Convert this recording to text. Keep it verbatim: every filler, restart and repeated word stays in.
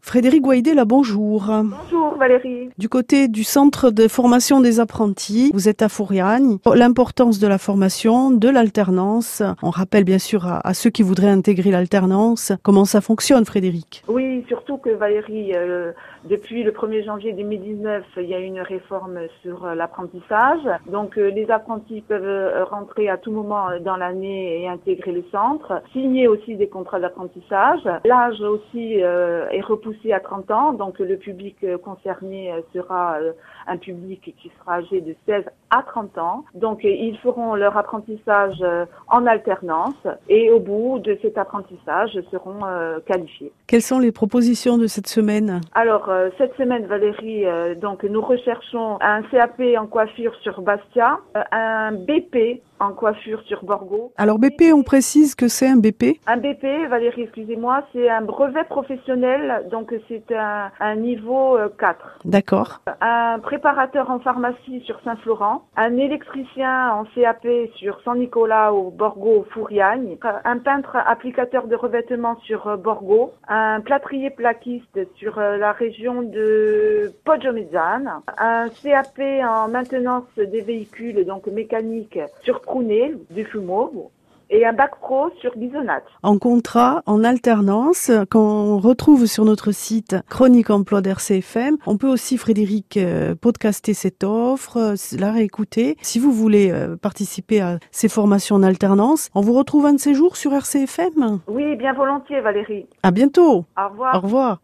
Frédéric Gouaïdé, bonjour. Bonjour Valérie. Du côté du centre de formation des apprentis, vous êtes à Fouriagne. L'importance de la formation, de l'alternance. On rappelle bien sûr à, à ceux qui voudraient intégrer l'alternance comment ça fonctionne, Frédéric. Oui, surtout que Valérie, euh, depuis le premier janvier deux mille dix-neuf, il y a une réforme sur euh, l'apprentissage. Donc euh, les apprentis peuvent euh, rentrer à tout moment dans l'année et intégrer le centre. Signer aussi des contrats d'apprentissage. L'âge aussi euh, est repoussé à trente ans. Donc le public euh, concerné euh, sera euh, un public qui sera âgé de seize à trente ans. Donc euh, ils feront leur apprentissage euh, en alternance et au bout de cet apprentissage seront euh, qualifiés. Quelles sont les propositions de cette semaine? Alors euh, cette semaine Valérie, euh, donc nous recherchons un C A P en coiffure sur Bastia, euh, un B P en coiffure sur Borgo. Alors B P, on précise que c'est un B P? Un B P, Valérie, excusez-moi, c'est un brevet professionnel, donc c'est un, un niveau euh, quatre. D'accord. Un préparateur en pharmacie sur Saint-Florent, un électricien en C A P sur Saint-Nicolas au Borgo Fouriagne, un peintre applicateur de revêtement sur euh, Borgo, un plâtrier plaquiste sur euh, la région de Poggiomezzane, un C A P en maintenance des véhicules, donc mécanique, sur Prounet, du Fumeau, et un bac pro sur Bisonnat. En contrat, en alternance, qu'on retrouve sur notre site Chronique Emploi d'R C F M. On peut aussi, Frédéric, euh, podcaster cette offre, euh, la réécouter. Si vous voulez euh, participer à ces formations en alternance, on vous retrouve un de ces jours sur R C F M. Oui, bien volontiers Valérie. À bientôt. Au revoir. Au revoir.